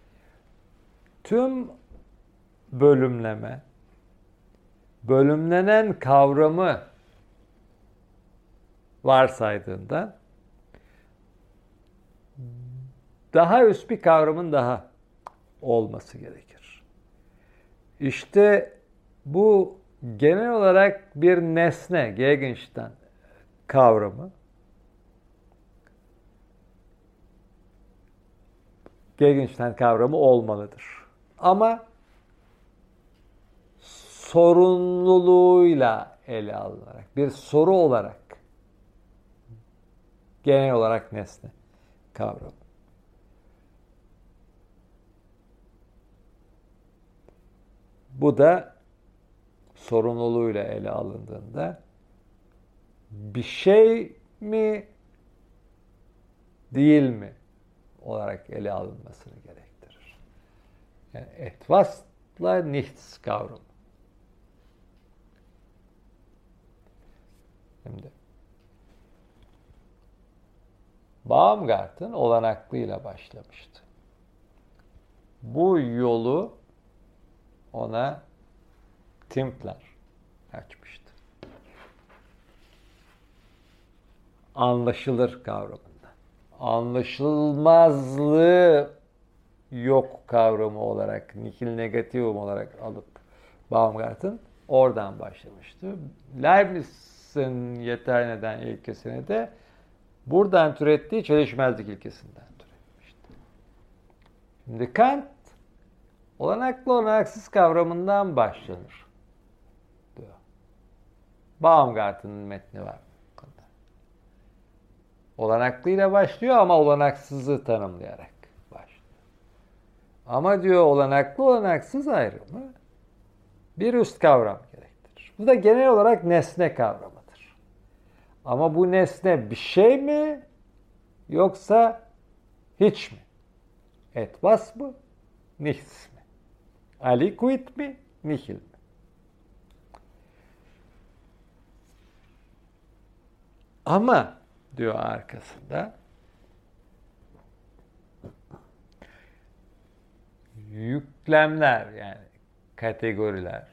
tüm bölümleme, bölümlenen kavramı varsaydığından daha üst bir kavramın daha olması gerekir. İşte bu genel olarak bir nesne, Gegenstand kavramı, Gegenstand kavramı olmalıdır. Ama sorumluluğuyla ele alınarak, bir soru olarak genel olarak nesne kavramı. Bu da sorumluluğuyla ele alındığında bir şey mi değil mi olarak ele alınmasını gerektirir. Yani etwas'la nichts kavramı. Şimdi Baumgarten olanaklıyla başlamıştı. Bu yolu ona Templer açmıştı. Anlaşılır kavramından. Anlaşılmazlığı yok kavramı olarak, nihil negativum olarak alıp Baumgarten oradan başlamıştı. Leibniz'in yeter neden ilkesini de buradan türettiği çelişmezlik ilkesinden türetmişti. Şimdi Kant olanaklı olanaksız kavramından başlanır diyor. Baumgarten'ın metni var. Olanaklıyla başlıyor ama olanaksızı tanımlayarak başlıyor. Ama diyor olanaklı olanaksız ayrımı bir üst kavram gerektirir. Bu da genel olarak nesne kavramıdır. Ama bu nesne bir şey mi yoksa hiç mi? Etwas mı? Nichts mi? Aliquid mi? Nihil mi? Ama diyor arkasında yüklemler yani kategoriler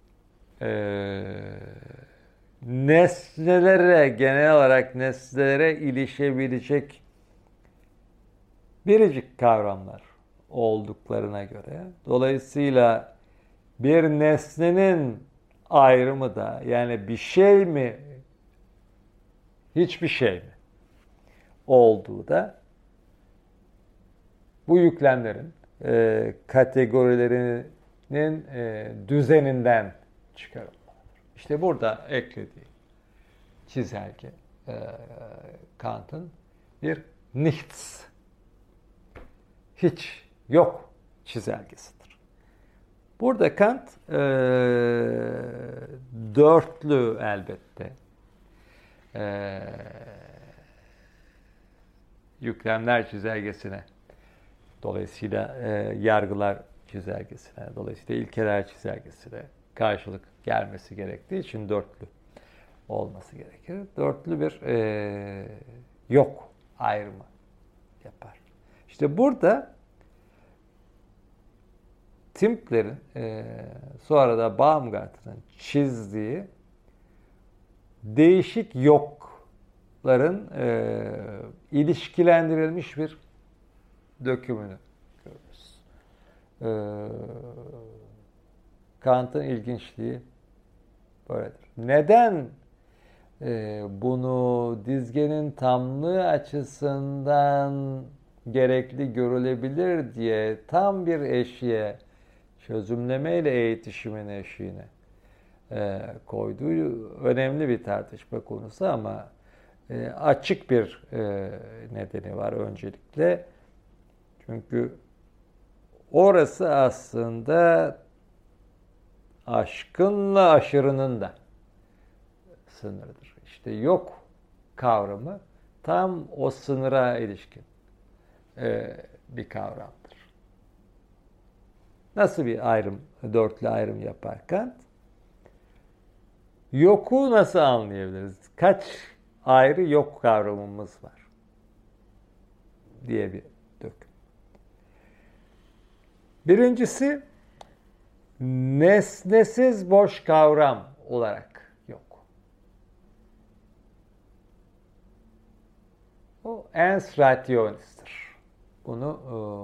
nesnelere genel olarak nesnelere ilişebilecek biricik kavramlar olduklarına göre dolayısıyla bir nesnenin ayrımı da yani bir şey mi hiçbir şey mi olduğu da bu yüklemlerin kategorilerinin düzeninden çıkarılmalıdır. İşte burada eklediği çizelge Kant'ın bir nichts, hiç, yok çizelgesidir. Burada Kant dörtlü elbette yüklemler çizelgesine, dolayısıyla yargılar çizelgesine, dolayısıyla ilkeler çizelgesine karşılık gelmesi gerektiği için dörtlü olması gerekir. Dörtlü bir yok ayrımı yapar. İşte burada Templer'in sonra da Baumgarten'ın çizdiği değişik yokların ilişkilendirilmiş bir dökümünü görürüz. Kant'ın ilginçliği böyledir. Neden bunu dizgenin tamlığı açısından gerekli görülebilir diye tam bir eşiğe, çözümlemeyle eğitişimin eşiğine koyduğu önemli bir tartışma konusu ama açık bir nedeni var öncelikle. Çünkü orası aslında aşkınla aşırının da sınırıdır. İşte yok kavramı tam o sınıra ilişkin bir kavramdır. Nasıl bir ayrım, dörtlü ayrım yapar Kant? Yoku nasıl anlayabiliriz? Kaç ayrı yok kavramımız var diye bir döküm. Birincisi nesnesiz boş kavram olarak yok. O ens rationis'tir. Bunu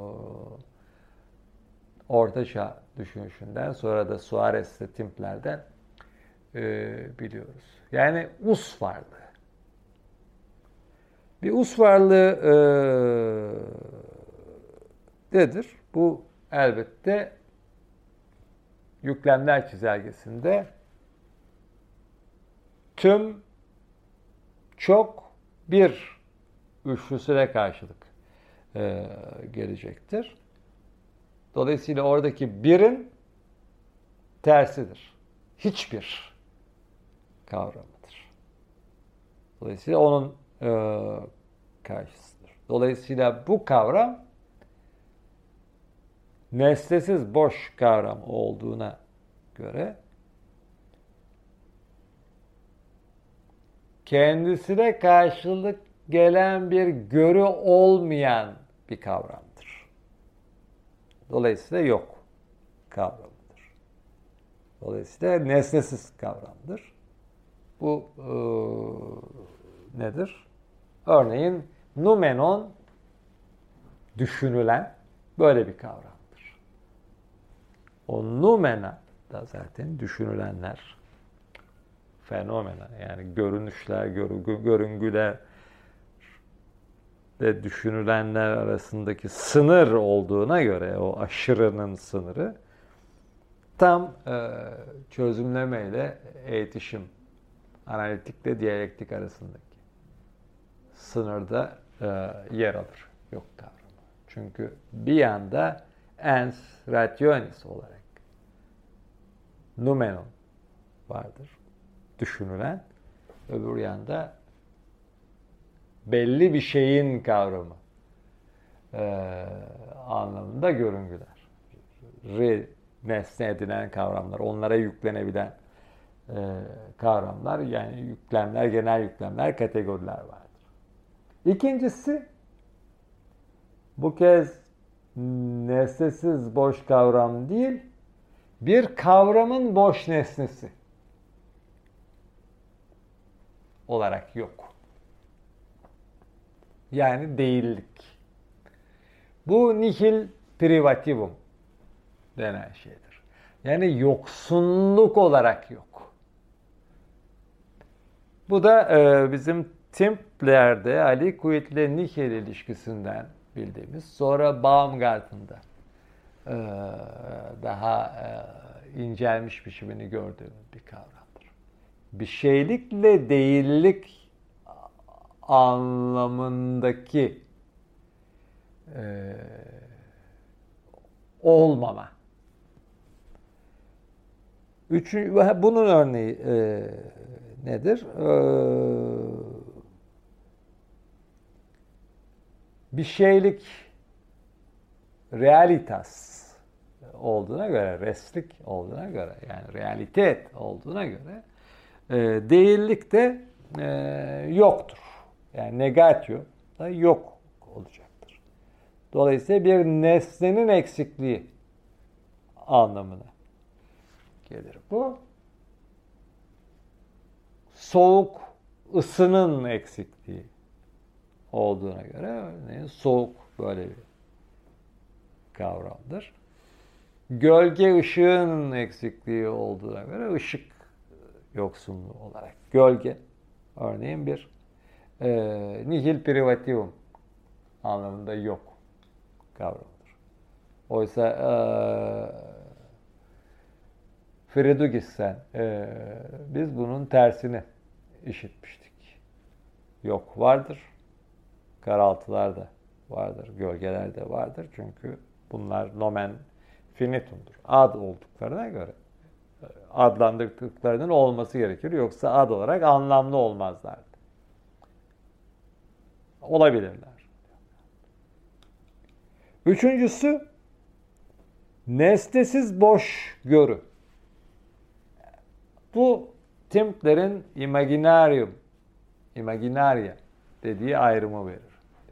Ortaçağ düşünüşünden sonra da Suarez ve Templer'den biliyoruz. Yani us varlığı. Bir us varlığı nedir? Bu elbette yüklemler çizelgesinde tüm, çok, bir üçlüsüne karşılık gelecektir. Dolayısıyla oradaki birin tersidir. Hiçbir kavramıdır. Dolayısıyla onun karşısıdır. Dolayısıyla bu kavram nesnesiz boş kavram olduğuna göre kendisine karşılık gelen bir görü olmayan bir kavramdır. Dolayısıyla yok kavramıdır. Dolayısıyla nesnesiz kavramdır. Bu nedir? Örneğin noumenon düşünülen böyle bir kavramdır. O noumena da zaten düşünülenler, fenomena yani görünüşler, görüngüler ve düşünülenler arasındaki sınır olduğuna göre o aşırının sınırı tam çözümlemeyle eğitişim, analitikle diyalektik arasındaki sınırda yer alır. Yok kavramı. Çünkü bir yanda ens rationis olarak noumenon vardır. Düşünülen. Öbür yanda belli bir şeyin kavramı anlamında görüngüler. Nesne edinen kavramlar, onlara yüklenebilen kavramlar, yani yüklemler, genel yüklemler, kategoriler vardır. İkincisi, bu kez nesnesiz boş kavram değil, bir kavramın boş nesnesi olarak yok. Yani değillik. Bu nihil privativum denen şeydir. Yani yoksunluk olarak yok. Bu da bizim Templer'de aliquid ile nihil ilişkisinden bildiğimiz, sonra Baumgarten'da daha incelmiş biçimini gördüğümüz bir kavramdır. Bir şeylikle değillik anlamındaki olmama. Bunun örneği nedir? Bir şeylik realitas olduğuna göre, reslik olduğuna göre, yani realitet olduğuna göre değillik de yoktur. Yani negatio da yok olacaktır. Dolayısıyla bir nesnenin eksikliği anlamına gelir bu. Soğuk, ısının eksikliği olduğuna göre örneğin soğuk böyle bir kavramdır. Gölge ışığın eksikliği olduğuna göre ışık yoksunluğu olarak gölge örneğin bir nihil privativum anlamında yok kavramıdır. Oysa Fredugisen biz bunun tersini işitmiştik. Yok vardır. Karaltılar da vardır. Gölgeler de vardır. Çünkü bunlar nomen finitumdur. Ad olduklarına göre adlandırdıklarının olması gerekir. Yoksa ad olarak anlamlı olmazlardı. Olabilirler. Üçüncüsü nesnesiz boş görü. Bu Templer'in imaginaria dediği ayrımı verir.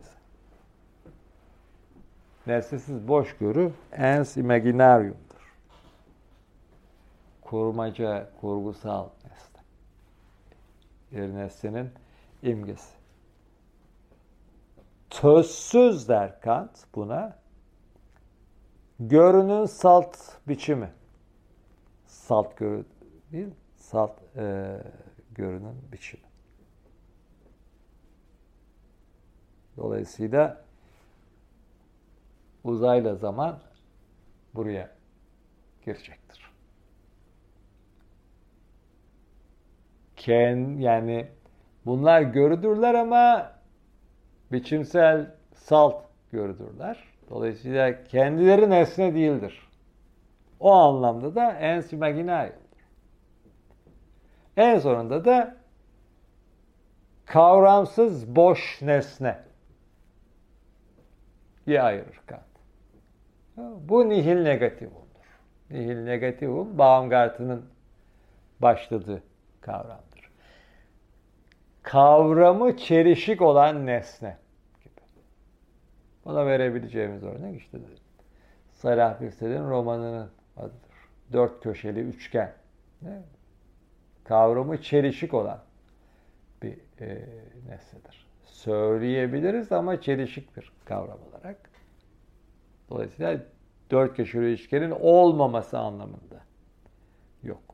Nesnesiz boş görü ens imaginarium'dur. Kurmaca, kurgusal nesne. Bir nesnenin imgesi. Tözsüz der Kant buna. Görünün salt biçimi. Salt görü değil, salt görünün biçimi. Dolayısıyla uzayla zaman buraya girecektir. Yani bunlar görüdürler ama biçimsel salt görülürler. Dolayısıyla kendileri nesne değildir. O anlamda da ens imaginarium'dur. En sonunda da kavramsız boş nesne diye ayırır Kant. Bu nihil negativum'dur. Nihil negativum Baumgarten'ın başladığı kavramdır. Kavramı çelişik olan nesne gibi. Buna verebileceğimiz örnek işte Salah Birsel'in romanının adıdır. 4 köşeli üçgen. Kavramı çelişik olan bir nesnedir. Söyleyebiliriz ama çelişik bir kavram olarak. Dolayısıyla 4 köşeli üçgenin olmaması anlamında yok.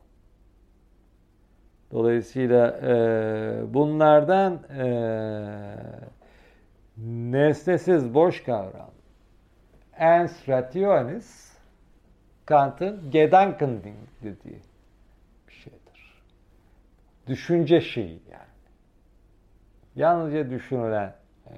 Dolayısıyla bunlardan nesnesiz boş kavram ens rationis Kant'ın Gedankending dediği bir şeydir. Düşünce şeyi yani. Yalnızca düşünülen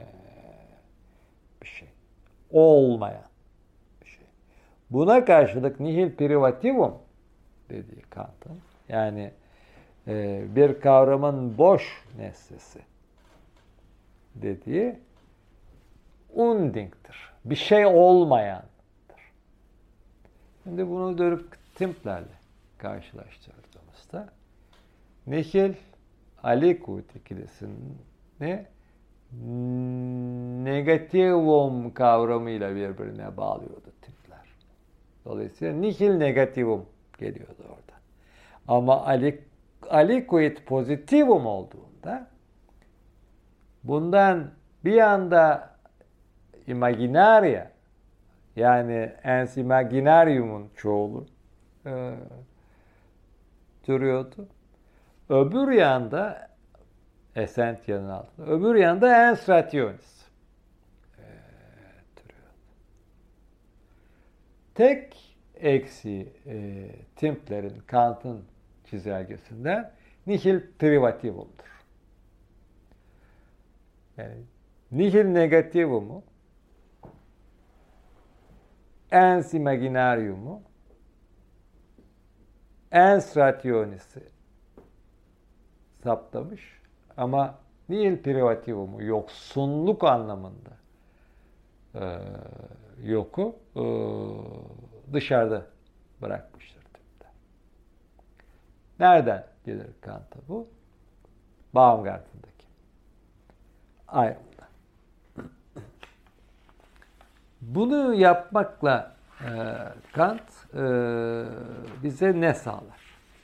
bir şey. Olmayan bir şey. Buna karşılık nihil privativum dediği Kant'ın yani bir kavramın boş nesnesi dediği unding'tir. Bir şey olmayandır. Şimdi bunu dönüp Timpler'le karşılaştırdığımızda nihil aliquid ikilisini negativum kavramıyla birbirine bağlıyordu Timpler. Dolayısıyla nihil negativum geliyordu orada. Ama aliquid pozitivum olduğunda bundan bir anda imaginaria yani ens imaginarium'un çoğulu duruyordu. Öbür yanda Essentia'nın altında. Öbür yanda ens rationis duruyordu. Tek eksiği Timpler'in, Kant'ın çizelgesinden nihil privativum'dur. Yani nihil negativumu ens imaginariumu ens rationis'i saptamış ama nihil privativumu yoksunluk anlamında yoku dışarıda bırakmıştır. Nereden gelir Kant'a bu? Baumgarten'daki ayrımda. Bunu yapmakla Kant bize ne sağlar?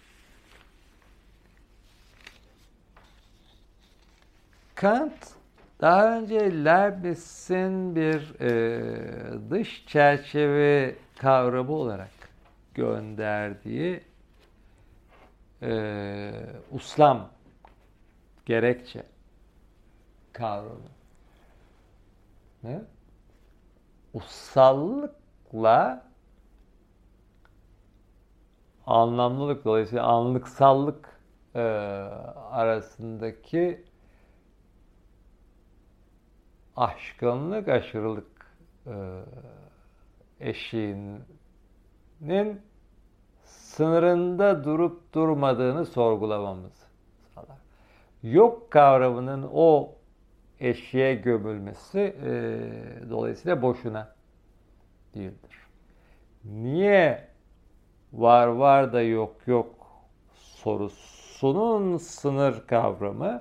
Kant daha önce Leibniz'in bir dış çerçeve kavramı olarak gönderdiği uslam gerekçe kavramı. Ne? Ussallıkla anlamlılık dolayısıyla anlıksallık arasındaki aşkınlık, aşırılık eşiğinin sınırında durup durmadığını sorgulamamız sağlar. Yok kavramının o eşiğe gömülmesi dolayısıyla boşuna değildir. Niye var var da yok yok sorusunun sınır kavramı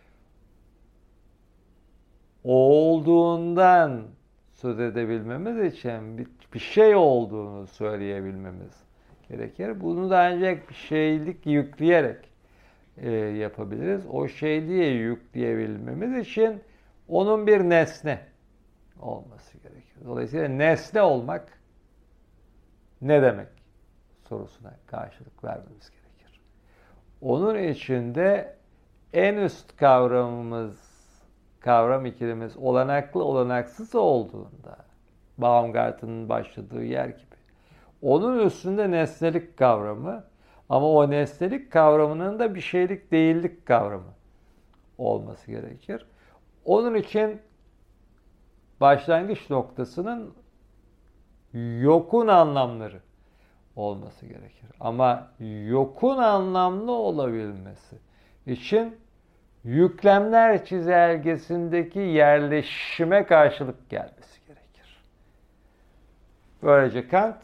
olduğundan söz edebilmemiz için bir şey olduğunu söyleyebilmemiz gerekir. Bunu da ancak bir şeylik yükleyerek yapabiliriz. O şeyliğe yükleyebilmemiz için onun bir nesne olması gerekir. Dolayısıyla nesne olmak ne demek sorusuna karşılık vermemiz gerekir. Onun için de en üst kavram ikilimiz olanaklı olanaksız olduğunda Baumgarten'ın başladığı yer gibi. Onun üstünde nesnelik kavramı ama o nesnelik kavramının da bir şeylik değillik kavramı olması gerekir. Onun için başlangıç noktasının yokun anlamları olması gerekir. Ama yokun anlamlı olabilmesi için yüklemler çizelgesindeki yerleşime karşılık gelmesi gerekir. Böylece Kant,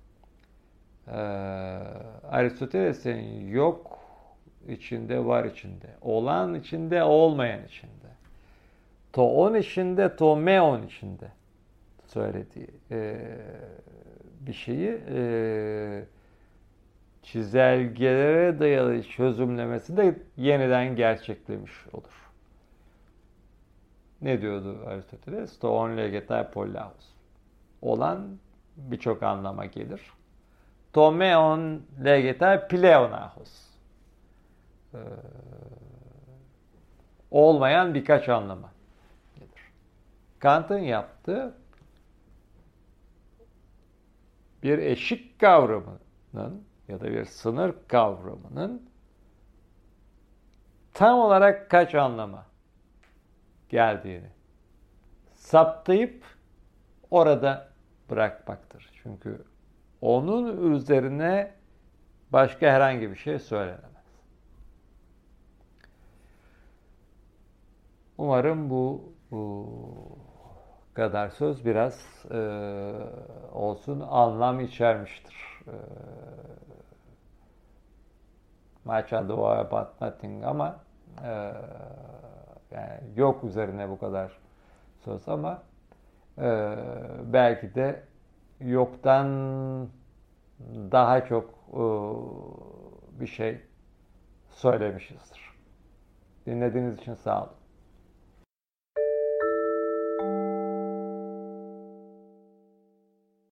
Aristoteles'in yok içinde, var içinde, olan içinde, olmayan içinde, toon içinde, tomeon içinde söylediği bir şeyi çizelgelere dayalı çözümlemesi de yeniden gerçeklemiş olur. Ne diyordu Aristoteles? Toon legetai pollaos. Olan birçok anlama gelir. Tomeon legetai pleonahos. Olmayan birkaç anlama gelir. Kant'ın yaptığı bir eşik kavramının ya da bir sınır kavramının tam olarak kaç anlama geldiğini saptayıp orada bırakmaktır. Çünkü onun üzerine başka herhangi bir şey söylenemez. Umarım bu kadar söz biraz olsun anlam içermiştir. Much ado about nothing ama yani yok üzerine bu kadar söz ama belki de yoktan daha çok bir şey söylemişizdir. Dinlediğiniz için sağ olun.